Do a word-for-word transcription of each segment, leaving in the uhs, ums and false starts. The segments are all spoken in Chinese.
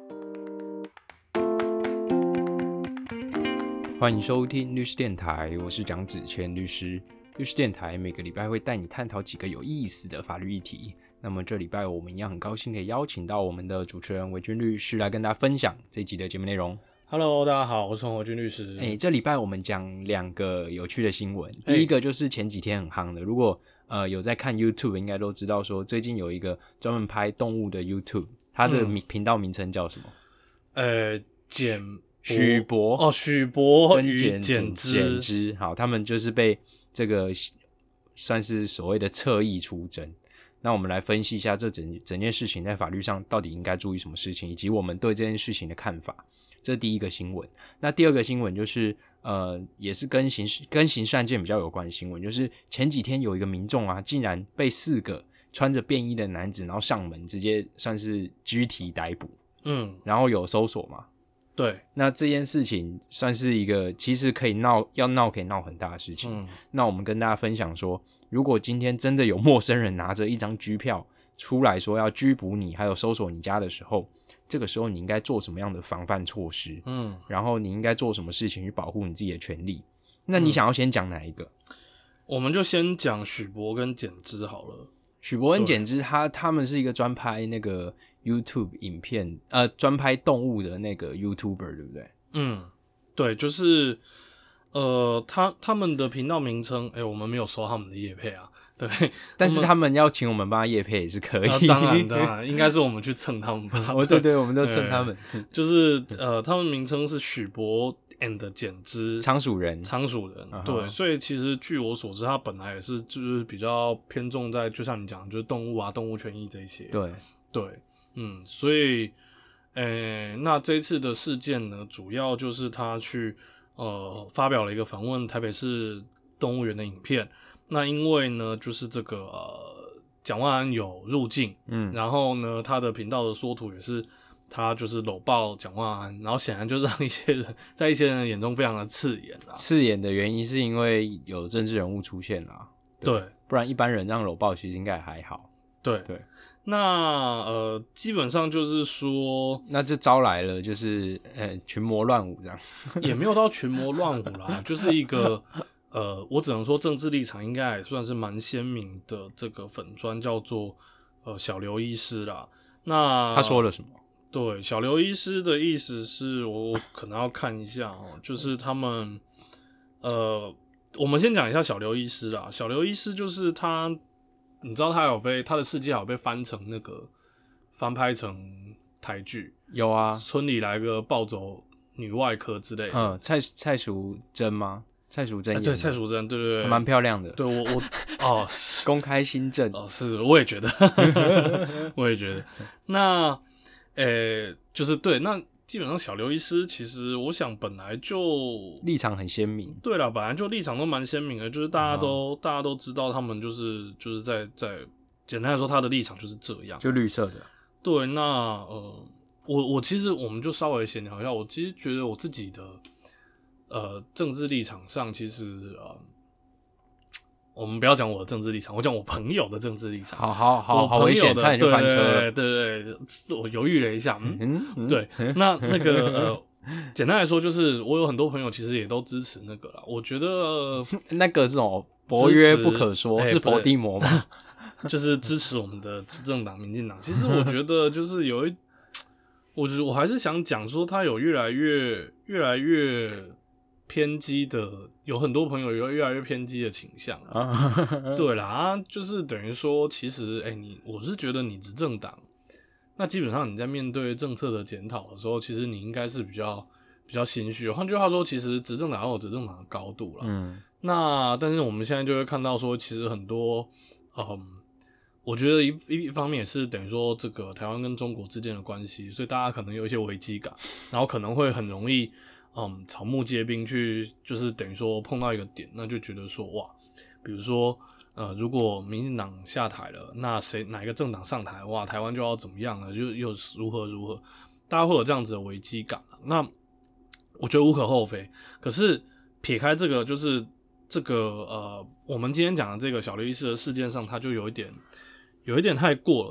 欢迎收听律师电台，我是蒋子谦律师。律师电台每个礼拜会带你探讨几个有意思的法律议题。那么这礼拜我们一样很高兴可以邀请到我们的主持人韦君律师来跟大家分享这一集的节目内容。 Hello， 大家好，我是韦君律师。 欸、这礼拜我们讲两个有趣的新闻。第一个就是前几天很夯的，如果呃有在看 YouTube 应该都知道说，最近有一个专门拍动物的 YouTube， 它的频道名称叫什么？ 呃，简许博哦，许博跟与简简之简之，好，他们就是被这个算是所谓的侧翼出征。那我们来分析一下这整整件事情在法律上到底应该注意什么事情，以及我们对这件事情的看法。这是第一个新闻。那第二个新闻就是呃，也是跟刑事跟刑事案件比较有关的新闻，就是前几天有一个民众啊，竟然被四个穿着便衣的男子，然后上门直接算是拘提逮捕， 嗯， 然后有搜索嘛。 对， 那这件事情算是一个其实可以闹要闹可以闹很大的事情。嗯，那我们跟大家分享说，如果今天真的有陌生人拿着一张拘票出来说要拘捕你还有搜索你家的时候，这个时候你应该做什么样的防范措施？嗯，然后你应该做什么事情去保护你自己的权利？那你想要先讲哪一个？嗯， 我们就先讲许博跟简之好了。 许博跟简之他他们是一个专拍那个 YouTube 影片，呃，专拍动物的那个 YouTuber， 对不对？ 嗯，对，就是呃，他他们的频道名称，哎，我们没有收他们的业配啊。对， 但是他们要请我们帮他业配也是可以。 啊、当然当然，应该是我们去蹭他们吧。 哦，对对，我们都蹭他们。 就是呃，他们名称是许博 and 简之， 仓鼠人， 仓鼠人。 uh-huh. 对，所以其实据我所知，他本来也是就是比较偏重在，就像你讲，就是动物啊、动物权益这一些。 对对，嗯，所以，呃，那这一次的事件呢，主要就是他去呃发表了一个访问台北市动物园的影片。那因为呢，就是这个呃，蒋万安有入境，嗯，然后呢，他的频道的缩图也是他就是搂抱蒋万安，然后显然就让一些人在一些人眼中非常的刺眼啦。 刺眼的原因是因为有政治人物出现啦， 对， 对，不然一般人让搂抱其实应该还好。 对对，那呃，基本上就是说， 那就招来了就是呃群魔乱舞这样， 也没有到群魔乱舞啦，就是一个。呃，我只能说政治立场应该也算是蛮鲜明的。这个粉专叫做呃小刘医师啦。那他说了什么？ 对，小刘医师的意思是我可能要看一下哦，就是他们呃，我们先讲一下小刘医师啦。小刘医师就是他，你知道他有被他的事迹有被翻成那个翻拍成台剧， 有啊， 村里来个暴走女外科之类的。 嗯，蔡蔡淑珍吗？蔡淑珍、 欸，对，蔡淑珍，对对对， 蛮漂亮的。 对我我哦， 公开新政哦，是，我也觉得，我也觉得。那呃、欸，就是对，那基本上小刘医师其实我想本来就立场很鲜明。 对啦，本来就立场都蛮鲜明的，就是大家都、嗯、大家都知道他们就是就是在在简单来说，他的立场就是这样， 就绿色的。 对，那呃，我我其实我们就稍微闲聊一下，我其实觉得我自己的。呃，政治立场上，其实呃，我们不要讲我的政治立场，我讲我朋友的政治立场。 好好好，好危险，差点就翻车了。 对对 对, 對，我犹豫了一下，嗯，嗯嗯对，那那个呃，简单来说，就是我有很多朋友其实也都支持那个啦。我觉得、呃、 那个是什么佛曰不可说，是佛地魔吗？ 就是支持我们的执政党民进党。其实我觉得就是有一，我觉得我还是想讲说，他有越来越越来越。偏激的，有很多朋友有越来越偏激的倾向啊。对啦，啊，就是等于说，其实，哎、欸，你我是觉得你执政党，那基本上你在面对政策的检讨的时候，其实你应该是比较比较心虚。换句话说，其实执政党要有执政党的高度啦。嗯。那但是我们现在就会看到说，其实很多，嗯，我觉得一一方面也是等于说这个台湾跟中国之间的关系，所以大家可能有一些危机感，然后可能会很容易。嗯，草木皆兵去，就是等于说碰到一个点，那就觉得说哇，比如说呃，如果民进党下台了，那谁哪一个政党上台，哇，台湾就要怎么样了，就又如何如何，大家会有这样子的危机感了。那我觉得无可厚非。可是撇开这个，就是这个呃，我们今天讲的这个小刘医师的事件上，他就有一点有一点太过了啦。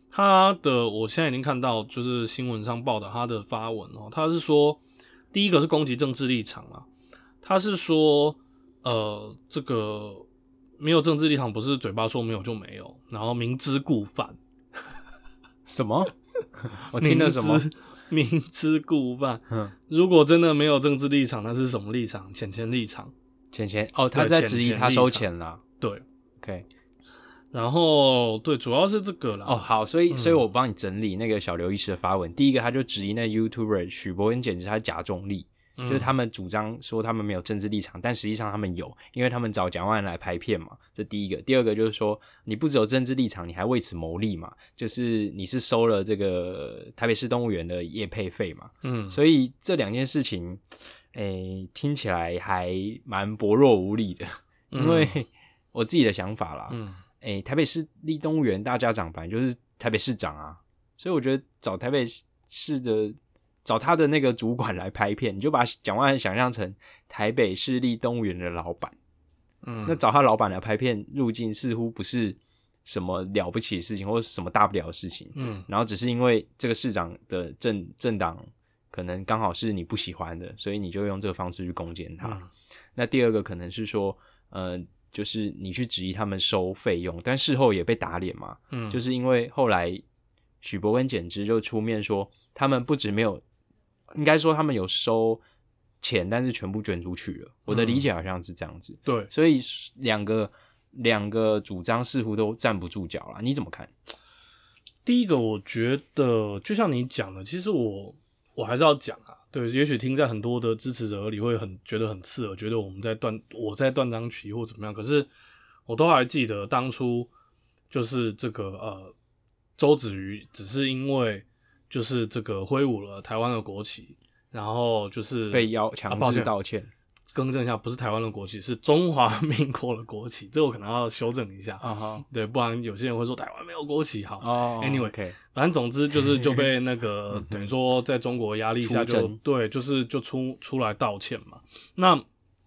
他的我现在已经看到就是新闻上报的他的发文哦，他是说第一个是攻击政治立场啊，他是说呃这个没有政治立场不是嘴巴说没有就没有，然后明知故犯。 什么？我听了什么？ 明知, 明知故犯。嗯，如果真的没有政治立场，那是什么立场？钱钱立场。 钱钱哦，他在质疑他收钱啦。 对 ，OK。 然后对，主要是这个啦。 哦，好，所以、嗯、所以我帮你整理那个小刘医师的发文。第一个，他就质疑那 YouTuber 许伯跟简直他假中立。就是他们主张说他们没有政治立场，但实际上他们有，因为他们找蒋万安来拍片嘛，这第一个。第二个就是说，你不只有政治立场，你还为此牟利嘛，就是你是收了这个台北市动物园的业配费嘛，嗯，所以这两件事情，诶、欸，听起来还蛮薄弱无力的，因为我自己的想法啦，嗯，诶、欸，台北市立动物园大家长本来就是台北市长啊，所以我觉得找台北市的。找他的那个主管来拍片，你就把蒋万安想象成台北市立动物园的老板，嗯，那找他老板来拍片入境似乎不是什么了不起的事情，或者什么大不了的事情，嗯，然后只是因为这个市长的政政党可能刚好是你不喜欢的，所以你就用这个方式去攻坚他。嗯、那第二个可能是说，呃，就是你去质疑他们收费用，但事后也被打脸嘛，嗯，就是因为后来许伯跟简之就出面说，他们不止没有。应该说他们有收钱，但是全部捐出去了。我的理解好像是这样子。嗯、 对， 所以两个两个主张似乎都站不住脚啦。你怎么看？ 第一个，我觉得就像你讲的，其实我我还是要讲啊。对，也许听在很多的支持者耳里会很觉得很刺耳，觉得我们在断我在断章取义或怎么样。可是我都还记得当初就是这个呃周子瑜只是因为。就是这个挥舞了台湾的国旗，然后就是被要强制道歉、啊。 更正一下，不是台湾的国旗，是中华民国的国旗。这我可能要修正一下。Uh-huh. 对，不然有些人会说台湾没有国旗。好、oh, ，Anyway，、okay. 反正总之就是就被那个等于说在中国压力下就对，就是就出出来道歉嘛。那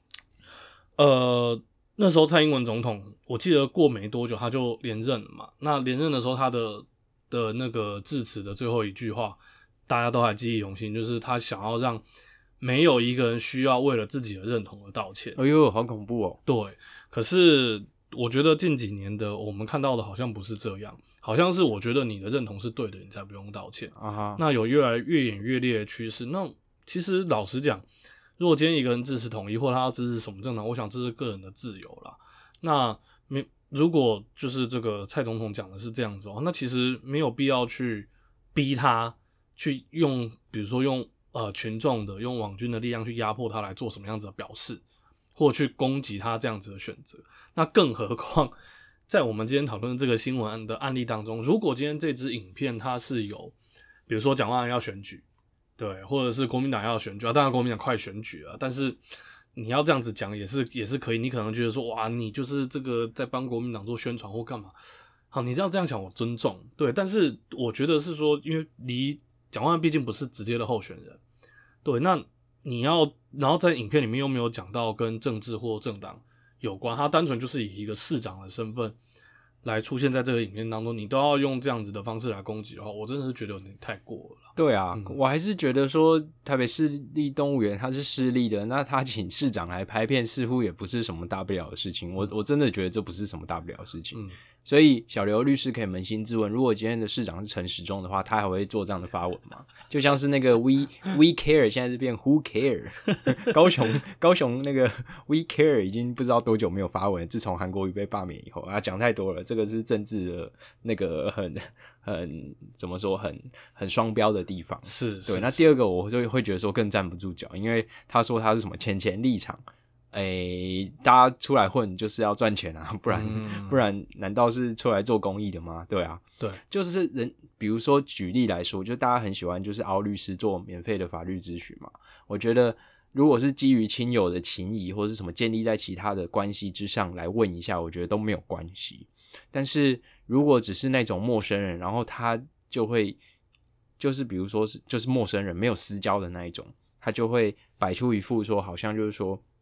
呃那时候蔡英文总统，我记得过没多久他就连任了嘛。那连任的时候他的。的那个致辞的最后一句话，大家都还记忆犹新，就是他想要让没有一个人需要为了自己的认同而道歉。 哎呦，好恐怖哦！ 对，可是我觉得近几年的我们看到的好像不是这样，好像是我觉得你的认同是对的，你才不用道歉啊。那有越来越演越烈的趋势。那其实老实讲，如果今天一个人支持统一，或他要支持什么政党，我想这是个人的自由啦。那没。如果就是这个蔡总统讲的是这样子哦，那其实没有必要去逼他去用，比如说用呃群众的、用网军的力量去压迫他来做什么样子的表示，或去攻击他这样子的选择。那更何况在我们今天讨论这个新闻的案例当中，如果今天这支影片它是有，比如说蒋万安要选举，对，或者是国民党要选举啊，当然国民党快选举了，但是。你要这样子讲也是也是可以，你可能觉得说哇，你就是这个在帮国民党做宣传或干嘛？好，你这样这样想我尊重，对，但是我觉得是说，因为离蒋万安毕竟不是直接的候选人，对，那你要然后在影片里面又没有讲到跟政治或政党有关，他单纯就是以一个市长的身份来出现在这个影片当中，你都要用这样子的方式来攻击的话，我真的是觉得有点太过了。 对啊、嗯，我还是觉得说台北市立动物园它是市立的，那他请市长来拍片似乎也不是什么大不了的事情。我我真的觉得这不是什么大不了的事情。嗯，所以小刘律师可以扪心自问，如果今天的市长是陈时中的话，他还会做这样的发文吗？就像是那个 We We Care 现在是变 Who Care 高雄高雄那个 We Care 已经不知道多久没有发文，自从韩国瑜被罢免以后啊，讲太多了，这个是政治的那个很很怎么说很很双标的地方。 是， 对。那第二个我就会觉得说更站不住脚，因为他说他是什么钱钱立场。诶，大家出来混就是要赚钱啊，不然、嗯、不然难道是出来做公益的吗？对啊， 对， 就是人，比如说举例来说，就大家很喜欢就是凹律师做免费的法律咨询嘛。我觉得如果是基于亲友的情谊或是什么建立在其他的关系之上来问一下，我觉得都没有关系。但是如果只是那种陌生人，然后他就会就是比如说是就是陌生人没有私交的那一种，他就会摆出一副说好像就是说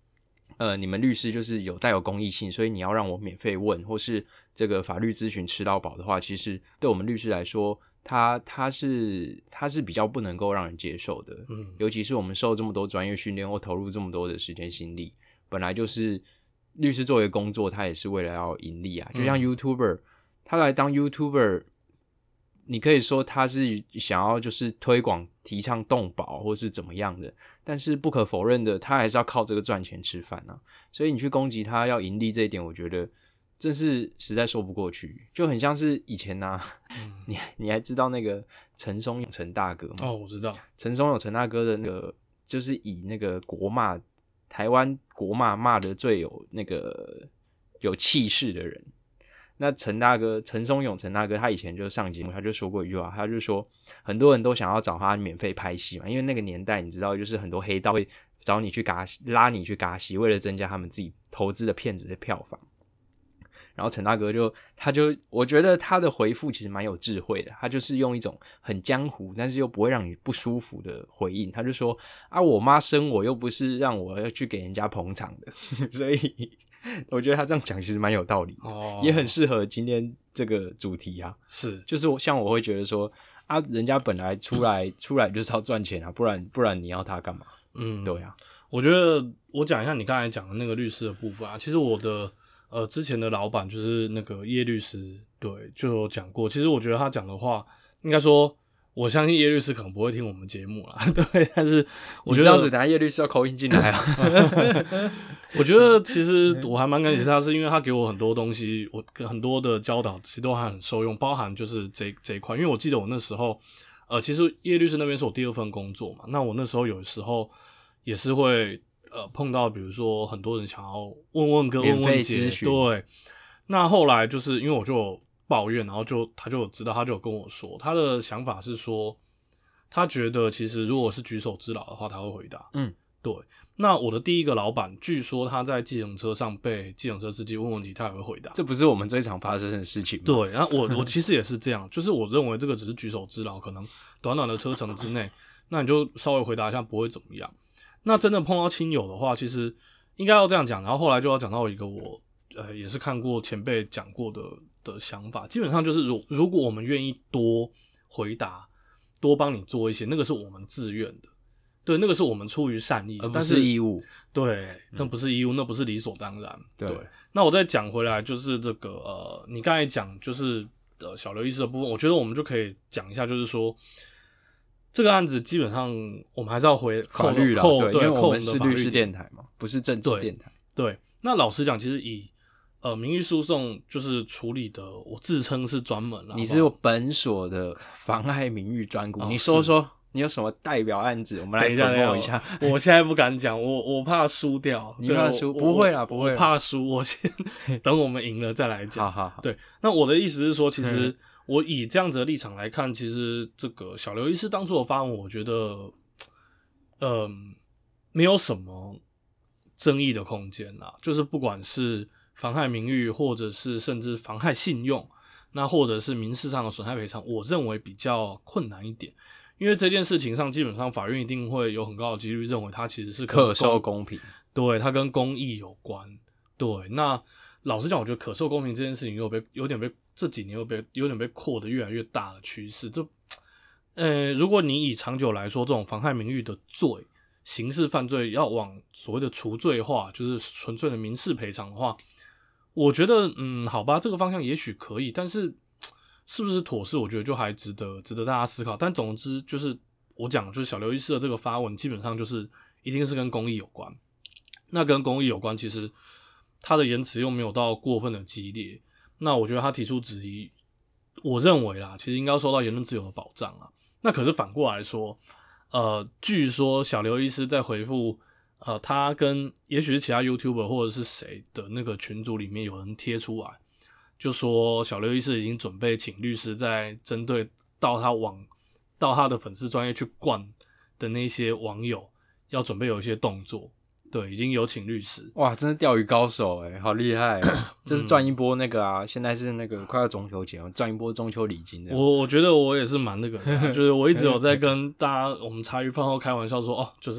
呃，你们律师就是有带有公益性，所以你要让我免费问，或是这个法律咨询吃到饱的话，其实对我们律师来说，他他是他是比较不能够让人接受的。嗯，尤其是我们受这么多专业训练或投入这么多的时间心力，本来就是律师作为工作，他也是为了要盈利啊。就像 YouTuber，、嗯、他来当 YouTuber。你可以说他是想要就是推广提倡动保或是怎么样的，但是不可否认的，他还是要靠这个赚钱吃饭啊。所以你去攻击他要盈利这一点，我觉得真是实在说不过去。就很像是以前啊，嗯、你你还知道那个陈松勇陈大哥吗？ 哦，我知道陈松勇陈大哥的那个，就是以那个国骂台湾国骂骂的最有那个有气势的人。那陈大哥陈松勇陈大哥他以前就上节目，他就说过一句话，他就说很多人都想要找他免费拍戏嘛，因为那个年代你知道，就是很多黑道会找你去嘎拉你去嘎戏，为了增加他们自己投资的片子的票房。然后陈大哥就他就我觉得他的回复其实蛮有智慧的，他就是用一种很江湖但是又不会让你不舒服的回应，他就说啊，我妈生我又不是让我要去给人家捧场的，所以我觉得他这样讲其实蛮有道理的、哦、也很适合今天这个主题啊。 是， 就是我像我会觉得说啊，人家本来出来、嗯、出来就是要赚钱啊，不然不然你要他干嘛？嗯，对啊。 我觉得我讲一下你刚才讲的那个律师的部分啊，其实我的呃之前的老板就是那个叶律师，对，就有讲过。其实我觉得他讲的话，应该说。我相信叶律师可能不会听我们节目啦，对，但是我觉得你这样子，等下叶律师要call in进来啊。 我觉得其实我还蛮感谢他，是因为他给我很多东西，我很多的教导其实都还很受用，包含就是这这一块。因为我记得我那时候，呃，其实叶律师那边是我第二份工作嘛，那我那时候有时候也是会呃碰到，比如说很多人想要问问哥、问问姐，对，那后来就是因为我就有抱怨，然后就他就有知道，他就有跟我说，他的想法是说，他觉得其实如果是举手之劳的话，他会回答。嗯，对。那我的第一个老板，据说他在计程车上被计程车司机问问题，他也会回答。 这不是我们最常发生的事情吗？ 对，然后我我其实也是这样，就是我认为这个只是举手之劳，可能短短的车程之内，那你就稍微回答一下，不会怎么样。那真的碰到亲友的话，其实应该要这样讲。然后后来就要讲到一个我呃也是看过前辈讲过的。的想法基本上就是如如果我们愿意多回答多帮你做一些，那个是我们自愿的，对，那个是我们出于善意， 而不是义务， 对，那不是义务，那不是理所当然。 对, 对，那我再讲回来就是这个呃你刚才讲就是呃小刘医师的部分，我觉得我们就可以讲一下，就是说这个案子基本上我们还是要回法律啦， 对， 因为我们是律师电台嘛，不是政治电台。 对, 对，那老实讲其实以呃，民事诉讼就是处理的，我自称是专门啦。 你是我本所的妨害名誉专股、哦，你说说你有什么代表案子，我们来等一下。 我现在不敢讲，我我怕输掉。 你怕输？不会啦，不会啦。 我怕输，我先等我们赢了再来讲。 好好好。 对，那我的意思是说，其实我以这样子的立场来看，其实这个小刘医师当初的发文，我觉得，呃，没有什么争议的空间啦，就是不管是妨害名誉，或者是甚至妨害信用，那或者是民事上的损害赔偿，我认为比较困难一点，因为这件事情上，基本上法院一定会有很高的几率认为它其实是可受公平， 对，它跟公益有关。对，那老实讲，我觉得可受公平这件事情有被有点被这几年有被有点被扩得越来越大的趋势。这，呃，如果你以长久来说，这种妨害名誉的罪，刑事犯罪要往所谓的除罪化，就是纯粹的民事赔偿的话，我觉得，嗯，好吧，这个方向也许可以，但是是不是妥适，我觉得就还值得值得大家思考。但总之，就是我讲，就是小刘医师的这个发文，基本上就是一定是跟公益有关。那跟公益有关，其实他的言辞又没有到过分的激烈。那我觉得他提出质疑，我认为啦，其实应该受到言论自由的保障啊。那可是反过来说，呃，据说小刘医师在回复。呃，他跟也许是其他 YouTuber 或者是谁的那个群组里面有人贴出来，就说小刘医师已经准备请律师在针对到他网到他的粉丝专页去灌的那些网友，要准备有一些动作。对，已经有请律师。 哇，真是钓鱼高手诶，好厉害哦！就是赚一波那个啊，现在是那个快要中秋节了，赚一波中秋礼金的。 我我觉得我也是蛮那个的、啊，就是我一直有在跟大家我们茶余饭后开玩笑说，哦，就是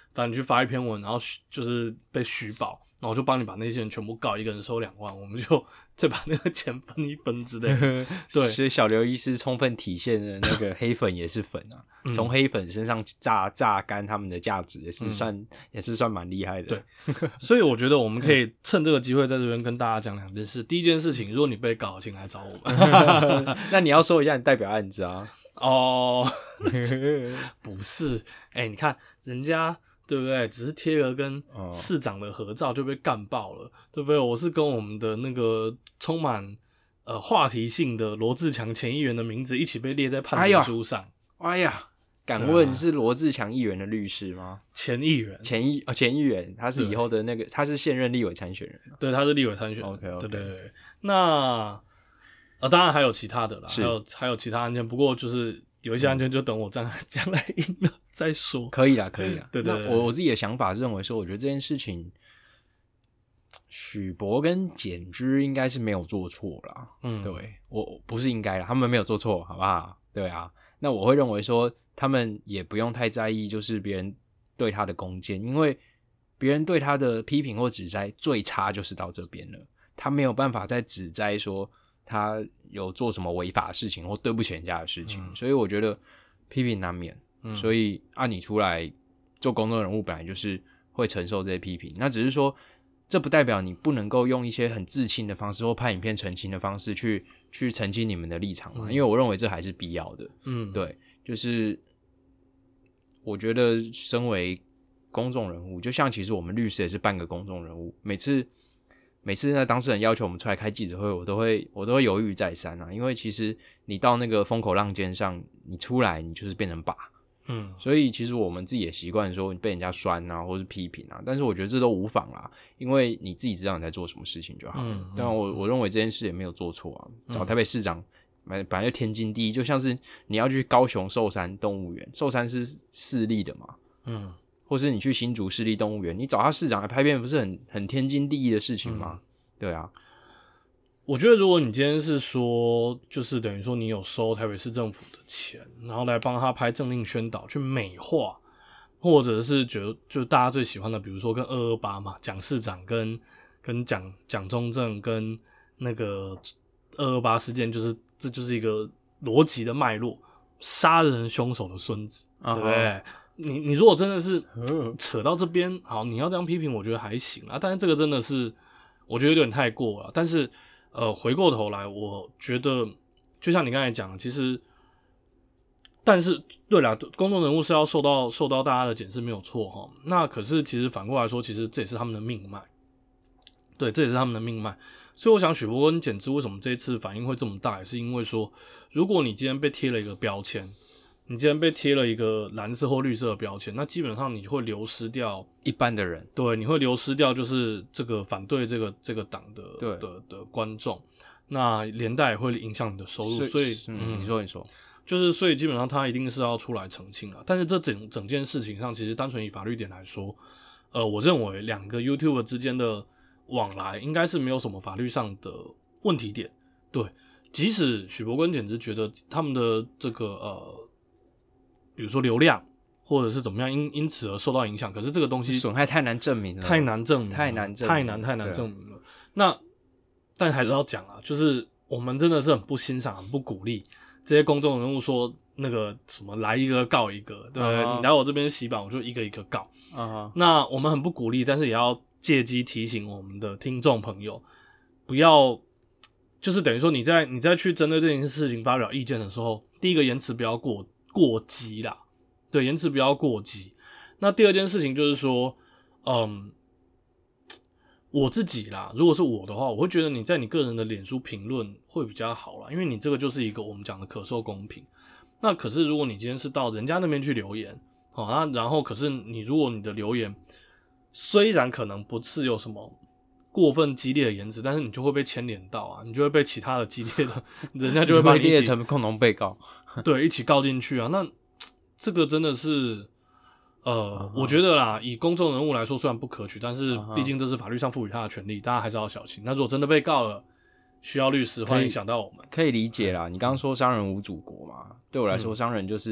反正你去发一篇文，然后就是被虚报，然后我就帮你把那些人全部告，一个人收两万，我们就再把那个钱分一分之类的。对， 所以小刘医师充分体现了那个黑粉也是粉啊，从、嗯、黑粉身上榨榨干他们的价值，也是算、嗯、也是算蛮厉害的。 对，所以我觉得我们可以趁这个机会在这边跟大家讲两件事。第一件事情，如果你被告，请来找我们。 那你要说一下你代表案子啊？ 哦，不是，哎、欸，你看人家。对不对？只是贴了跟市长的合照就被干爆了，哦、对不对？我是跟我们的那个充满呃话题性的罗志强前议员的名字一起被列在判决书上。 哎呀，哎呀敢问是罗志强议员的律师吗？ 前议员， 前议哦，前议员，他是以后的那个，他是现任立委参选人。 对，他是立委参选人。 OK OK， 对对对。那呃，当然还有其他的啦，还有还有其他案件，不过就是。有一些案件就等我将来将来赢了再说。 可以啦，可以啦。 对对对。 那我我自己的想法是认为说，我觉得这件事情，许博跟简之应该是没有做错啦。嗯，对，我不是应该啦，他们没有做错，好不好？对啊。那我会认为说，他们也不用太在意，就是别人对他的攻讦，因为别人对他的批评或指摘，最差就是到这边了，他没有办法再指摘说。他有做什么违法的事情或对不起人家的事情、嗯、所以我觉得批评难免、嗯、所以按、啊、你出来做公众人物本来就是会承受这些批评，那只是说这不代表你不能够用一些很自清的方式或拍影片澄清的方式去去澄清你们的立场嘛、嗯、因为我认为这还是必要的。嗯，对，就是我觉得身为公众人物，就像其实我们律师也是半个公众人物，每次每次那当事人要求我们出来开记者会，我都会我都会犹豫再三啊，因为其实你到那个风口浪尖上，你出来你就是变成靶，嗯，所以其实我们自己也习惯说被人家酸啊，或是批评啊，但是我觉得这都无妨啦，因为你自己知道你在做什么事情就好了。嗯，但我我认为这件事也没有做错啊，找台北市长本来就天经地义，就像是你要去高雄寿山动物园，寿山是市立的嘛，嗯。或是你去新竹市立动物园，你找他市长来拍片，不是很很天经地义的事情吗？嗯、对啊， 我觉得如果你今天是说，就是等于说你有收台北市政府的钱，然后来帮他拍政令宣导，去美化，或者是觉得就大家最喜欢的，比如说跟二二八嘛，蒋市长跟跟蒋蒋中正跟那个二二八事件，就是这就是一个逻辑的脉络，杀人凶手的孙子，对不对？你你如果真的是扯到这边，好，你要这样批评，我觉得还行啊。但是这个真的是，我觉得有点太过了。但是，呃，回过头来，我觉得就像你刚才讲的，其实，但是对啦，公众人物是要受到受到大家的检视，没有错哈。那可是其实反过来说，其实这也是他们的命脉，对，这也是他们的命脉。所以我想许博跟简之为什么这一次反应会这么大，也是因为说，如果你今天被贴了一个标签。你既然被贴了一个蓝色或绿色的标签，那基本上你会流失掉一般的人， 对，你会流失掉就是这个反对这个这个党的的的观众，那连带也会影响你的收入，所以， 所以嗯，你说你说， 就是所以基本上他一定是要出来澄清了。但是这整整件事情上，其实单纯以法律点来说，呃，我认为两个 YouTube 之间的往来应该是没有什么法律上的问题点，对，即使许博跟简之觉得他们的这个呃。比如说流量，或者是怎么样，因因此而受到影响，可是这个东西损害太难证明了， 太难证明了， 太难证明了， 太难太难证明了。那但还是要讲啊，就是我们真的是很不欣赏、很不鼓励这些公众人物说那个什么来一个告一个，对不对？ Uh-huh. 你来我这边洗版，我就一个一个告。Uh-huh. 那我们很不鼓励，但是也要借机提醒我们的听众朋友，不要就是等于说你在你在去针对这件事情发表意见的时候，第一个言辞不要过。过激啦，对，言辞不要过激。那第二件事情就是说，嗯，我自己啦，如果是我的话，我会觉得你在你个人的脸书评论会比较好啦，因为你这个就是一个我们讲的可受公平。那可是如果你今天是到人家那边去留言，好、哦，那然后可是你如果你的留言虽然可能不是有什么过分激烈的言辞，但是你就会被牵连到啊，你就会被其他的激烈的人家就会把你列成共同被告。 对，一起告进去啊！那这个真的是，呃， uh-huh. 我觉得啦，以公众人物来说，虽然不可取，但是毕竟这是法律上赋予他的权利，大家还是要小心。那如果真的被告了，需要律师，欢迎想到我们。 可以理解啦，你刚刚说商人无祖国嘛，对我来说，嗯、商人就是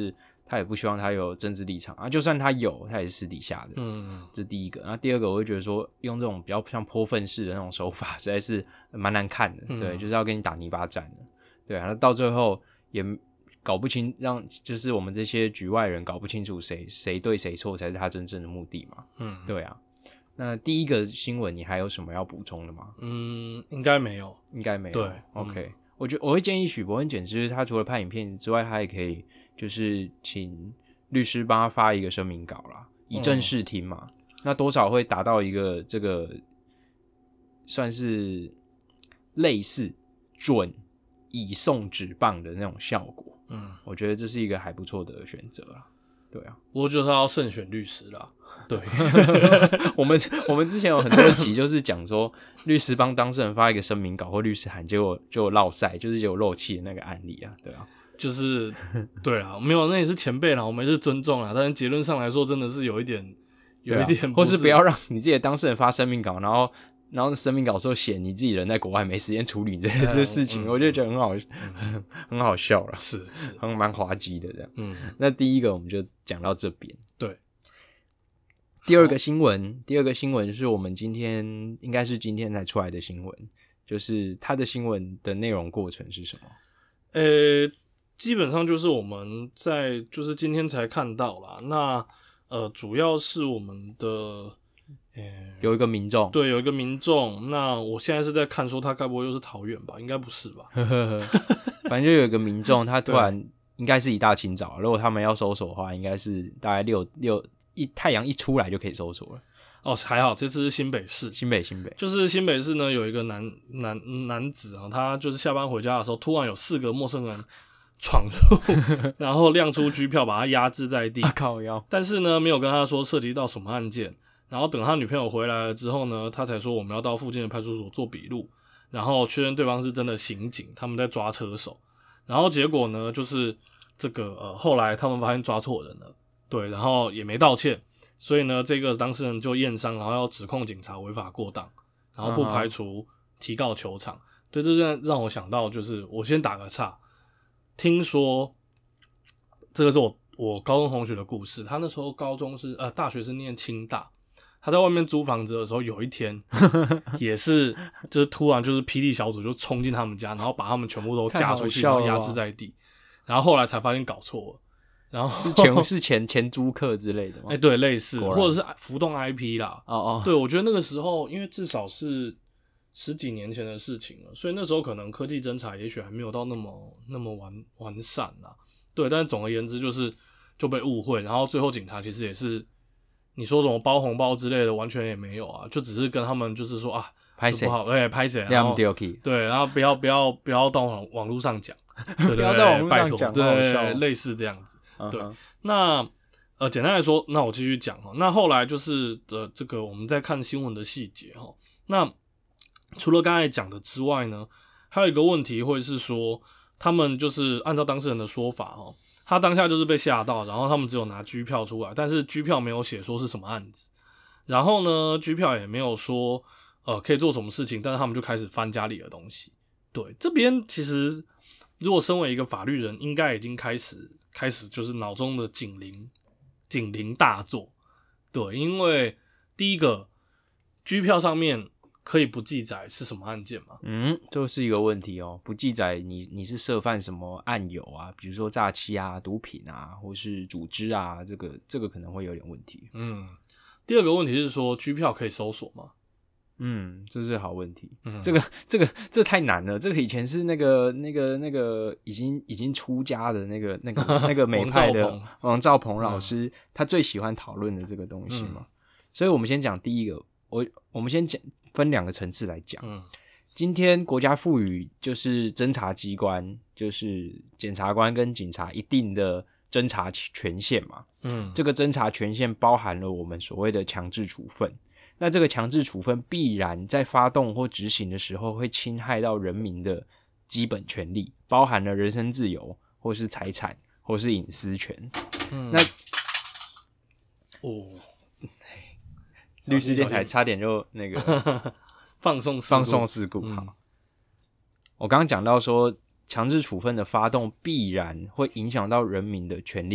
他也不希望他有政治立场啊，就算他有，他也是私底下的。嗯，这是第一个。那第二个，我会觉得说，用这种比较像泼粪式的那种手法，实在是蛮难看的。嗯、对，就是要跟你打泥巴战的。对啊，那到最后也搞不清，让就是我们这些局外人搞不清楚谁谁对谁错才是他真正的目的嘛。嗯，对啊。那第一个新闻，你还有什么要补充的吗？ 嗯，应该没有， 应该没有。 对 ，OK。嗯我觉得我会建议许博恩检视，他除了拍影片之外，他也可以就是请律师帮他发一个声明稿啦，以正视听嘛。嗯、那多少会达到一个这个算是类似准以送纸棒的那种效果。嗯，我觉得这是一个还不错的选择啦。对啊， 不过就是要慎选律师啦。对， 我们我们之前有很多集就是讲说，律师帮当事人发一个声明稿或律师函，结果就落赛，就是有漏气的那个案例啊，对啊， 就是对啊，没有，那也是前辈啦，我们也是尊重啦，但是结论上来说，真的是有一点，有一点、啊， 或是不要让你自己的当事人发声明稿，然后然后声明稿时候写你自己人在国外没时间处理这些事情，嗯、我就觉得很好，嗯、很好笑啦， 是是， 很蛮滑稽的这样。嗯，那第一个我们就讲到这边， 对。 第二个新闻，第二个新闻是我们今天应该是今天才出来的新闻，就是它的新闻的内容过程是什么？ 呃，基本上就是我们在就是今天才看到啦。那呃，主要是我们的呃有一个民众， 对，有一个民众。那我现在是在看说他该不会又是桃园吧？应该不是吧？ 反正就有一个民众，他突然应该是一大清早，如果他们要搜索的话，应该是大概六六。一太阳一出来就可以搜索了哦，还好这次是新北市， 新北新北就是新北市呢有一个男男男子啊，他就是下班回家的时候，突然有四个陌生人闯入，然后亮出居票把他压制在地， 啊、靠腰， 但是呢没有跟他说涉及到什么案件，然后等他女朋友回来了之后呢，他才说我们要到附近的派出所做笔录，然后确认对方是真的刑警，他们在抓车手，然后结果呢就是这个呃后来他们发现抓错人了。对，然后也没道歉，所以呢，这个当事人就验伤，然后要指控警察违法过当，然后不排除提告球场。Uh-huh. 对，这让让我想到，就是我先打个岔，听说这个是我我高中同学的故事，他那时候高中是呃大学是念清大，他在外面租房子的时候，有一天也是就是突然就是霹雳小组就冲进他们家，然后把他们全部都架出去，然后压制在地，然后后来才发现搞错了。然后是前是前前租客之类的吗？ 哎、欸，对，类似，或者是浮动 I P 啦。 哦哦， 对，我觉得那个时候，因为至少是十几年前的事情了，所以那时候可能科技侦查也许还没有到那么那么完完善啦。对，但是总而言之就是就被误会，然后最后警察其实也是你说什么包红包之类的，完全也没有啊，就只是跟他们就是说啊， 拍谁不好，哎、欸，拍谁，然后对，然后不要不要不要到网网络上讲，对对对， 不要到网络上讲， 对，类似这样子。对，那呃，简单来说，那我继续讲哈。那后来就是呃，这个我们在看新闻的细节哈。那除了刚才讲的之外呢，还有一个问题会是说，他们就是按照当事人的说法哈，他当下就是被吓到，然后他们只有拿居票出来，但是居票没有写说是什么案子，然后呢，居票也没有说呃可以做什么事情，但是他们就开始翻家里的东西。对，这边其实如果身为一个法律人，应该已经开始。开始就是脑中的警铃，警铃大作，对，因为第一个居票上面可以不记载是什么案件嘛？ 嗯，这是一个问题哦，不记载你你是涉犯什么案由啊，比如说诈欺啊、毒品啊，或是组织啊，这个这个可能会有点问题。 嗯，第二个问题是说居票可以搜索吗？ 嗯，这是好问题。嗯，这个这个这太难了。这个以前是那个那个那个已经已经出家的那个那个那个美派的王兆鹏老师、嗯，他最喜欢讨论的这个东西嘛。嗯、所以我们先讲第一个，我我们先讲分两个层次来讲。嗯，今天国家赋予就是侦查机关，就是检察官跟警察一定的侦查权限嘛。嗯，这个侦查权限包含了我们所谓的强制处分。那这个强制处分必然在发动或执行的时候会侵害到人民的基本权利，包含了人身自由或是财产或是隐私权。嗯，那哦， 律师电台差点就那个放送放送事故。好、嗯，我刚刚讲到说强制处分的发动必然会影响到人民的权利。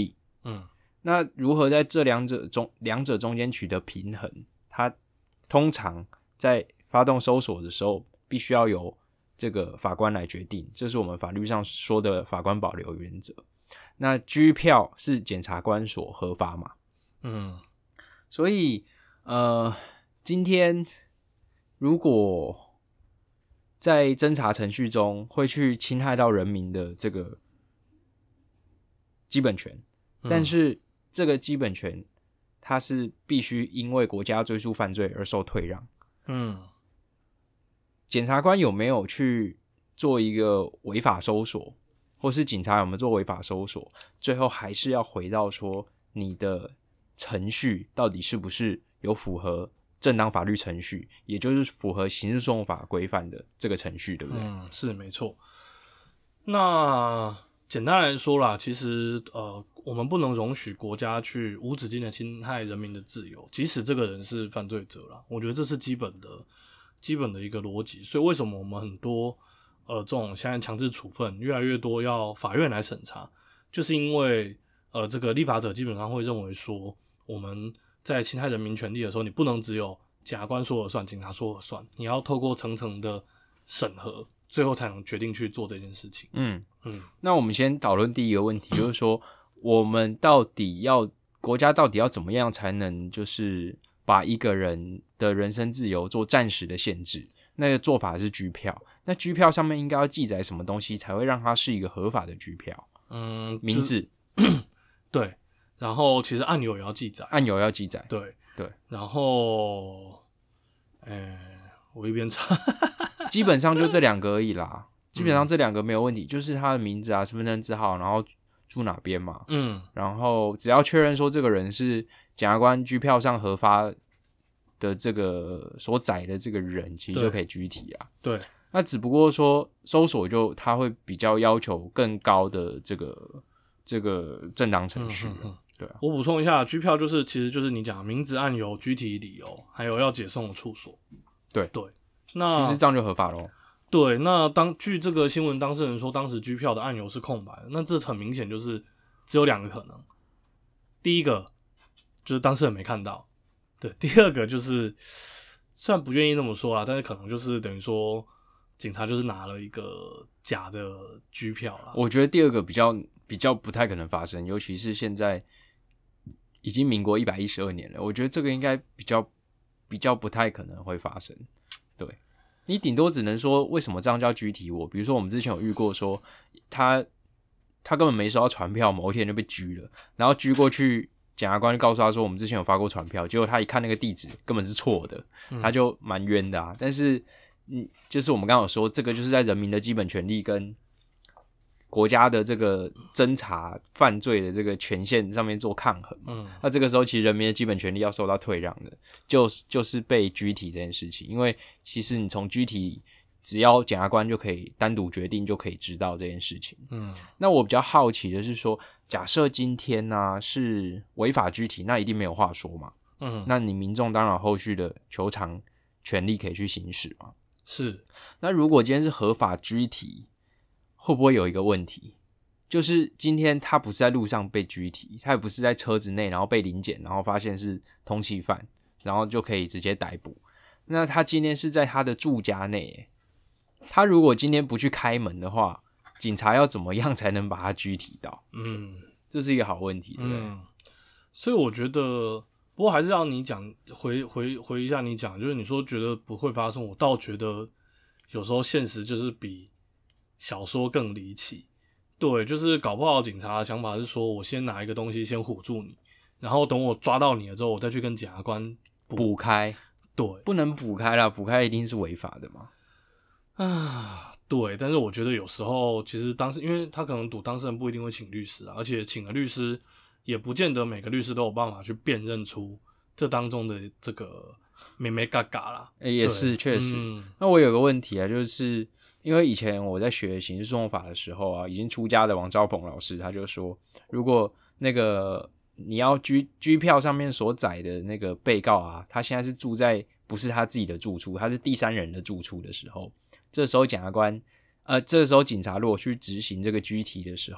嗯， 那如何在这两者中两者中间取得平衡？它通常在发动搜索的时候，必须要由这个法官来决定，这是我们法律上说的法官保留原则。那拘票是检察官所核发嘛？ 嗯， 所以呃，今天如果在侦查程序中会去侵害到人民的这个基本权，但是这个基本权它是必须因为国家追诉犯罪而受退让。 嗯， 检察官有没有去做一个违法搜索，或是警察有没有做违法搜索，最后还是要回到说你的程序到底是不是有符合正当法律程序，也就是符合刑事诉讼法规范的这个程序，对不对？ 嗯，是没错。那简单来说啦，其实呃，我们不能容许国家去无止境的侵害人民的自由，即使这个人是犯罪者啦。我觉得这是基本的、基本的一个逻辑。所以为什么我们很多呃这种现在强制处分越来越多要法院来审查，就是因为呃这个立法者基本上会认为说，我们在侵害人民权利的时候，你不能只有检察官说了算，警察说了算，你要透过层层的审核，最后才能决定去做这件事情。 嗯嗯， 那我们先讨论第一个问题，就是说我们到底要国家到底要怎么样才能就是把一个人的人身自由做暂时的限制？那个做法是拘票，那拘票上面应该要记载什么东西才会让它是一个合法的拘票？ 嗯， 名字， 对，然后其实案由也要记载， 案由要记载， 对对， 然后，呃，我一边查， 基本上就这两个而已啦。基本上这两个没有问题，就是他的名字啊、身份证字号，然后住哪边嘛， 嗯， 然后只要确认说这个人是检察官拘票上核发的这个所载的这个人，其实就可以拘提啊。 对， 那只不过说搜索就他会比较要求更高的这个这个正当程序、啊嗯嗯嗯对啊。 我补充一下，拘票就是其实就是你讲名字、案由、拘提理由，还有要解送的处所。 对对，那其实这样就合法咯。 对，那当据这个新闻当事人说，当时拘票的案由是空白的，那这很明显就是只有两个可能。第一个就是当事人没看到，对；第二个就是虽然不愿意那么说啦，但是可能就是等于说警察就是拿了一个假的拘票啦。 我觉得第二个比较比较不太可能发生，尤其是现在已经民国一百一十二年了，我觉得这个应该比较比较不太可能会发生。对，你顶多只能说为什么这样叫拘提我？比如说我们之前有遇过说他他根本没收到传票，某一天就被拘了，然后拘过去，检察官就告诉他说我们之前有发过传票，结果他一看那个地址根本是错的，他就蛮冤的啊。但是嗯，就是我们刚刚有说，这个就是在人民的基本权利跟国家的这个侦查犯罪的这个权限上面做抗衡， 嗯， 那这个时候其实人民的基本权利要受到退让的，就是就是被拘提这件事情，因为其实你从拘提，只要检察官就可以单独决定，就可以知道这件事情。 嗯， 那我比较好奇的是说，假设今天呢、啊、是违法拘提，那一定没有话说嘛， 嗯， 那你民众当然有后续的求偿权利可以去行使嘛。 是， 那如果今天是合法拘提，会不会有一个问题，就是今天他不是在路上被拘提，他也不是在车子内然后被临检，然后发现是通缉犯，然后就可以直接逮捕。那他今天是在他的住家内，他如果今天不去开门的话，警察要怎么样才能把他拘提到？ 嗯， 这是一个好问题，对不对？ 嗯，所以我觉得，不过还是要你讲回回回一下你讲，就是你说觉得不会发生，我倒觉得有时候现实就是比小说更离奇。对，就是搞不好警察的想法是说，我先拿一个东西先唬住你，然后等我抓到你了之后，我再去跟检察官补补开， 对， 不能补开啦，补开一定是违法的嘛。 啊，对，但是我觉得有时候其实当时，因为他可能赌当事人不一定会请律师啊，而且请了律师也不见得每个律师都有办法去辨认出这当中的这个眉眉角角啦。 欸、也是，确实、 嗯。 那我有个问题啊，就是因为以前我在学刑事诉讼法的时候啊，已经出家的王兆鹏老师他就说，如果那个你要拘拘票上面所载的那个被告啊，他现在是住在不是他自己的住处，他是第三人的住处的时候，这时候检察官呃，这时候警察如果去执行这个拘提的时候，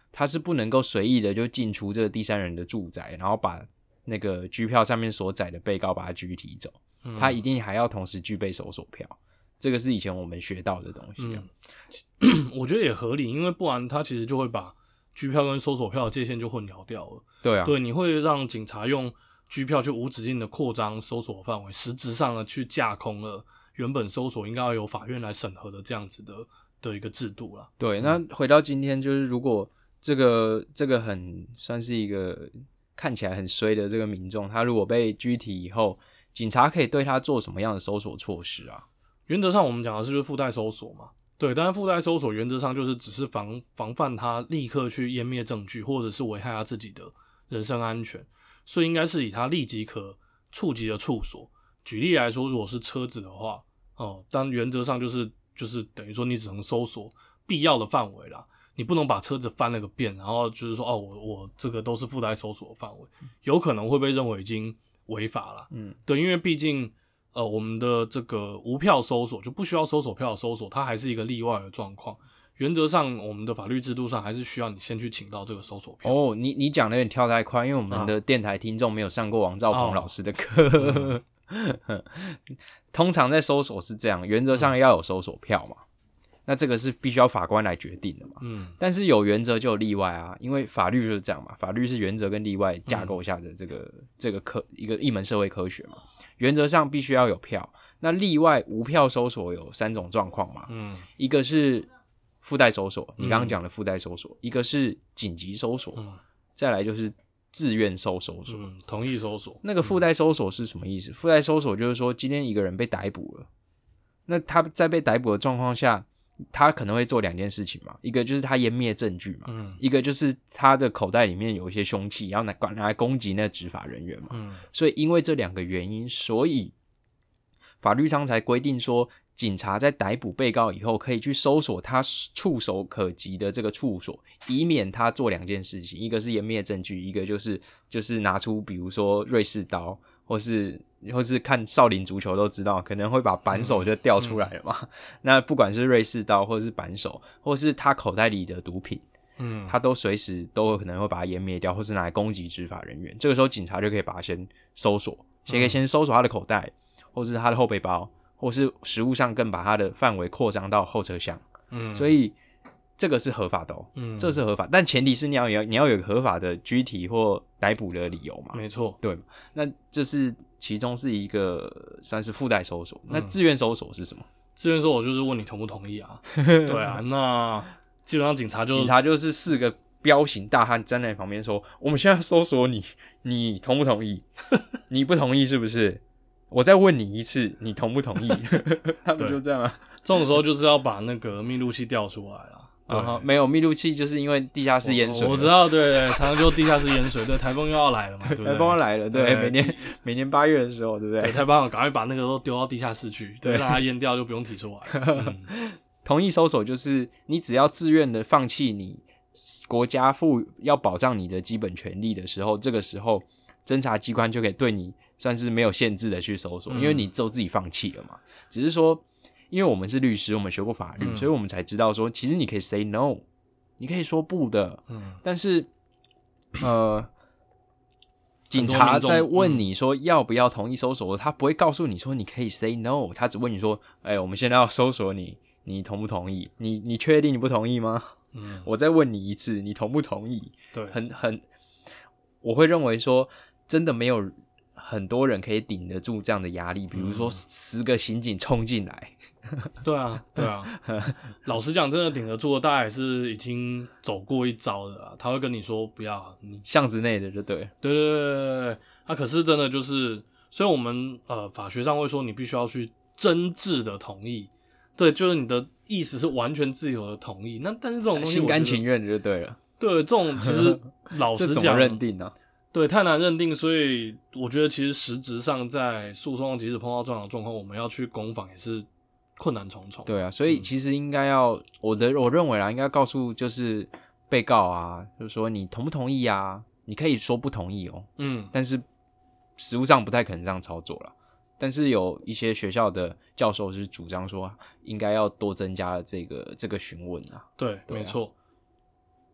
他是不能够随意的就进出这个第三人的住宅，然后把那个居票上面所载的被告把他拘提走，嗯、他一定还要同时具备搜索票。这个是以前我们学到的东西、啊嗯、我觉得也合理，因为不然他其实就会把居票跟搜索票的界限就混淆掉了。 对啊， 对，你会让警察用居票去无止境的扩张搜索范围，实质上呢去架空了原本搜索应该要由法院来审核的这样子的的一个制度啦。 对，那回到今天，就是如果这个这个很算是一个看起来很衰的这个民众，他如果被拘提以后，警察可以对他做什么样的搜索措施啊？ 原则上我们讲的是就是附带搜索嘛，对，但是附带搜索原则上就是只是防防范他立刻去湮灭证据，或者是危害他自己的人身安全，所以应该是以他立即可触及的处所。举例来说，如果是车子的话，哦，但原则上就是就是等于说你只能搜索必要的范围啦，你不能把车子翻了个遍，然后就是说哦，我我这个都是附带搜索的范围，有可能会被认为已经违法了。嗯，对，因为毕竟。呃，我们的这个无票搜索就不需要搜索票的搜索，它还是一个例外的状况。原则上，我们的法律制度上还是需要你先去请到这个搜索票。 哦，你你讲的有点跳太快，因为我们的电台听众没有上过王兆鹏老师的课。哦嗯、通常在搜索是这样，原则上要有搜索票嘛。嗯那这个是必须要法官来决定的嘛，嗯，但是有原则就有例外啊，因为法律就是这样嘛，法律是原则跟例外架构下的这个、嗯、这个科一个一门社会科学嘛，原则上必须要有票，那例外无票搜索有三种状况嘛，嗯，一个是附带搜索，你刚刚讲的附带搜索、嗯，一个是紧急搜索、嗯，再来就是自愿搜搜索， 嗯，同意搜索。 那个附带搜索是什么意思？附带搜索就是说，今天一个人被逮捕了，那他在被逮捕的状况下。他可能会做两件事情嘛，一个就是他湮灭证据嘛、嗯，一个就是他的口袋里面有一些凶器，要拿拿来攻击那执法人员嘛、嗯。所以因为这两个原因，所以法律上才规定说，警察在逮捕被告以后，可以去搜索他触手可及的这个处所，以免他做两件事情，一个是湮灭证据，一个就是就是拿出比如说瑞士刀，或是。或是看少林足球都知道，可能会把扳手就掉出来了嘛、嗯嗯、那不管是瑞士刀或是扳手或是他口袋里的毒品，嗯，他都随时都有可能会把它湮灭掉，或是拿来攻击执法人员，这个时候警察就可以把它先搜索，先可以先搜索他的口袋、嗯、或是他的后背包，或是实物上更把他的范围扩张到后车厢，嗯，所以这个是合法的哦，嗯，这是合法，但前提是你要有你要有合法的拘提或逮捕的理由嘛， 没错， 对，那这是其中是一个算是附带搜索，那自愿搜索是什么？ 自愿搜索就是问你同不同意啊？对啊，那基本上警察就警察就是四个彪形大汉站在旁边说：“我们现在搜索你，你同不同意？你不同意是不是？我再问你一次，你同不同意？”他们就这样啊。 这种时候就是要把那个密录器调出来啦。 Uh-huh, 没有密录器，就是因为地下室淹水。 我知道，对对，常常就地下室淹水，对，台风又要来了嘛，对不对？ 台风要来了，对，每年每年八月的时候，对不对？ 对，太棒了，赶快把那个都丢到地下室去，对，让它淹掉就不用提出来了。嗯、 同意搜索就是你只要自愿的放弃你国家赋要保障你的基本权利的时候，这个时候侦查机关就可以对你算是没有限制的去搜索，嗯、因为你都自己放弃了嘛，只是说。因为我们是律师，我们学过法律、嗯、所以我们才知道说其实你可以 say no， 你可以说不的、嗯、但是呃警察在问你说要不要同意搜索、嗯、他不会告诉你说你可以 say no， 他只问你说哎、欸，我们现在要搜索你，你同不同意？你你确定你不同意吗？嗯，我再问你一次，你同不同意？ 对， 很很我会认为说真的没有很多人可以顶得住这样的压力，比如说十个刑警冲进来。 对啊，对啊，老实讲，真的顶得住的，大概是已经走过一遭的啦。他会跟你说不要，你巷子内的就对了。 对对对对对，他、啊、可是真的就是，所以我们呃法学上会说，你必须要去真挚的同意。对，就是你的意思是完全自由的同意。那但是这种东西， 心甘情愿就对了。 对，这种其实老实讲， 认定呢、啊？ 对，太难认定，所以我觉得其实实质上在诉讼即使碰到这样的状况，我们要去攻防也是。困难重重。 对啊，所以其实应该要、嗯、我的我认为啦，应该告诉就是被告啊，就是说你同不同意啊？你可以说不同意哦，嗯，但是实务上不太可能这样操作啦。但是有一些学校的教授是主张说，应该要多增加这个这个询问啊。 对，对啊、没错。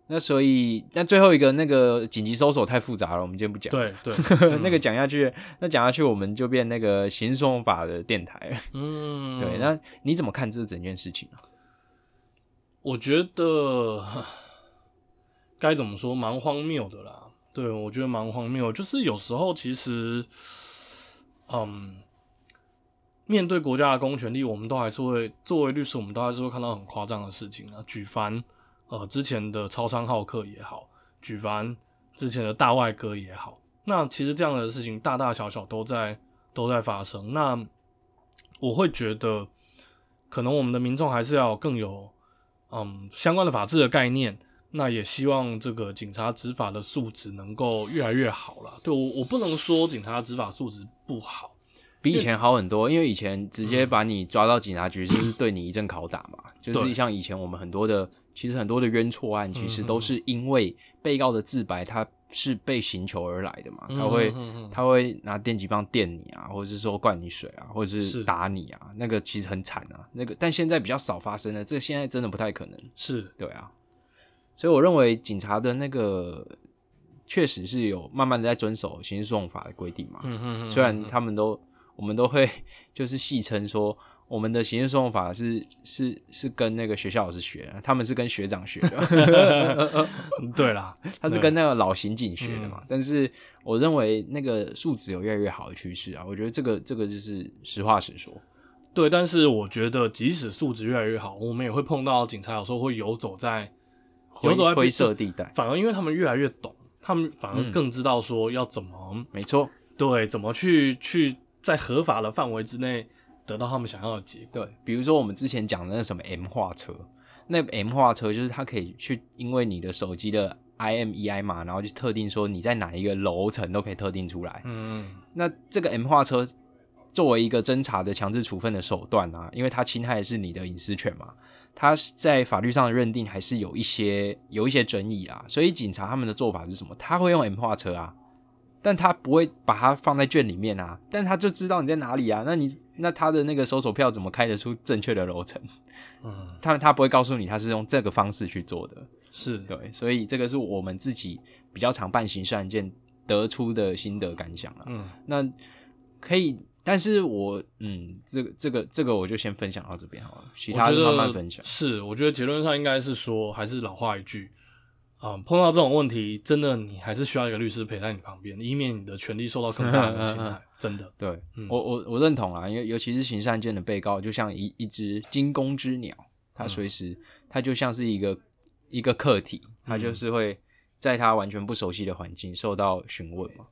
那所以那最后一个那个紧急搜索太复杂了，我们今天不讲。 对对， 嗯、那个讲下去，那讲下去我们就变那个刑事诉讼法的电台了。 嗯， 对，那你怎么看这整件事情呢、啊？ 我觉得该怎么说，蛮荒谬的啦。对，我觉得蛮荒谬，就是有时候其实，嗯，面对国家的公权力，我们都还是会作为律师，我们都还是会看到很夸张的事情啊。举凡呃之前的超商浩克也好，举凡之前的大外哥也好，那其实这样的事情大大小小都在都在发生。那我会觉得，可能我们的民众还是要更有嗯相关的法治的概念。那也希望这个警察执法的素质能够越来越好啦。对，我我不能说警察执法素质不好， 比以前好很多，因为以前直接把你抓到警察局就是对你一阵拷打嘛，就是像以前我们很多的，其实很多的冤错案，其实都是因为被告的自白他是被刑求而来的嘛，他会他会拿电击棒电你啊，或者是说灌你水啊，或者是打你啊，那个其实很惨啊，那个但现在比较少发生了，这个现在真的不太可能， 是对啊。所以我认为警察的那个确实是有慢慢的在遵守刑事诉讼法的规定嘛。嗯嗯嗯。虽然他们都我们都会就是戏称说我们的刑事诉讼法是是是跟那个学校老师学的，他们是跟学长学的。 对啦， 他是跟那个老刑警学的嘛。嗯、但是我认为那个素质有越来越好的趋势啊，我觉得这个这个就是实话实说。 对，但是我觉得即使素质越来越好，我们也会碰到警察有时候会游走在。游走在灰色地带， 反而因为他们越来越懂，他们反而更知道说要怎么， 嗯、没错， 对，怎么去去在合法的范围之内得到他们想要的结果。 对，比如说我们之前讲的那什么 M 化车，那 M 化车就是它可以去因为你的手机的 I M E I 码，然后就特定说你在哪一个楼层都可以特定出来。嗯，那这个 M 化车作为一个侦查的强制处分的手段啊，因为它侵害的是你的隐私权嘛。他在法律上的认定还是有一些有一些争议啦，所以警察他们的做法是什么？他会用 M 化车啊，但他不会把它放在卷里面啊，但他就知道你在哪里啊。那你那他的那个搜索票怎么开得出正确的楼层？嗯，他他不会告诉你他是用这个方式去做的， 是对，所以这个是我们自己比较常办刑事案件得出的心得感想啦。嗯，那可以。但是我嗯，这个这个这个我就先分享到这边好了，其他的慢慢分享。 是，我觉得结论上应该是说，还是老话一句，嗯，碰到这种问题，真的你还是需要一个律师陪在你旁边，以免你的权利受到更大的侵害。真的， 对、嗯、我我我认同啦，因为尤其是刑事案件的被告，就像一一只惊弓之鸟，他随时他就像是一个一个客体，他就是会在他完全不熟悉的环境受到询问嘛。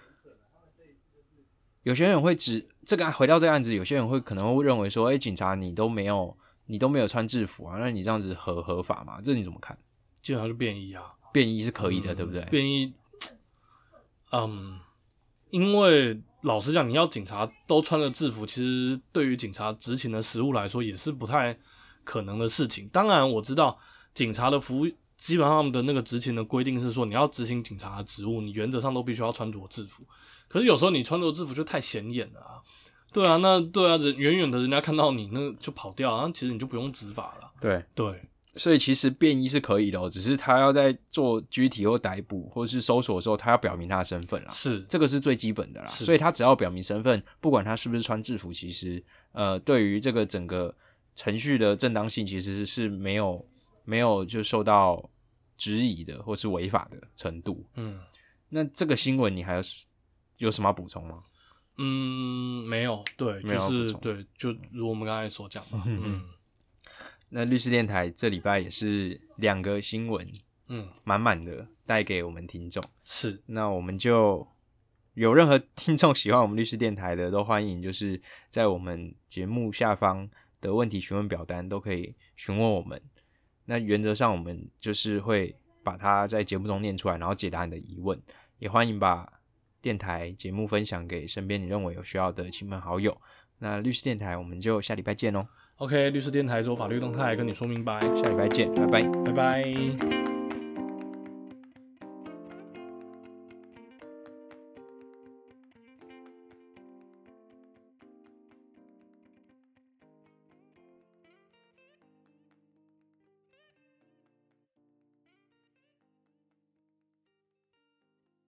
有些人会指这个回到这个案子，有些人会可能会认为说，哎、欸，警察你都没有你都没有穿制服啊，那你这样子合合法吗？这你怎么看？ 基本上就便衣啊， 便衣是可以的， 嗯、 对不对？ 便衣，嗯，因为老实讲，你要警察都穿着制服，其实对于警察执勤的实务来说，也是不太可能的事情。当然，我知道警察的服务基本上的那个执勤的规定是说，你要执行警察的职务，你原则上都必须要穿着制服。可是有时候你穿着制服就太显眼了啊，对啊，那对啊，人远远的人家看到你那就跑掉啊，那其实你就不用执法了。 对对， 所以其实便衣是可以的哦，只是他要在做拘提或逮捕或是搜索的时候，他要表明他的身份啦。 是， 这个是最基本的啦。所以他只要表明身份，不管他是不是穿制服，其实呃，对于这个整个程序的正当性，其实是没有没有就受到质疑的或是违法的程度。嗯，那这个新闻你还有有什么要补充吗？ 嗯，没有，对，就是对，就如我们刚才所讲的。嗯， 那律师电台这礼拜也是两个新闻，嗯，满满的带给我们听众。 是， 那我们就有任何听众喜欢我们律师电台的，都欢迎就是在我们节目下方的问题询问表单都可以询问我们。那原则上我们就是会把它在节目中念出来，然后解答你的疑问。也欢迎把电台节目分享给身边你认为有需要的亲朋好友。那律师电台我们就下礼拜见咯。 OK， 律师电台做法律动态跟你说明白， 下礼拜见，拜拜， 拜拜。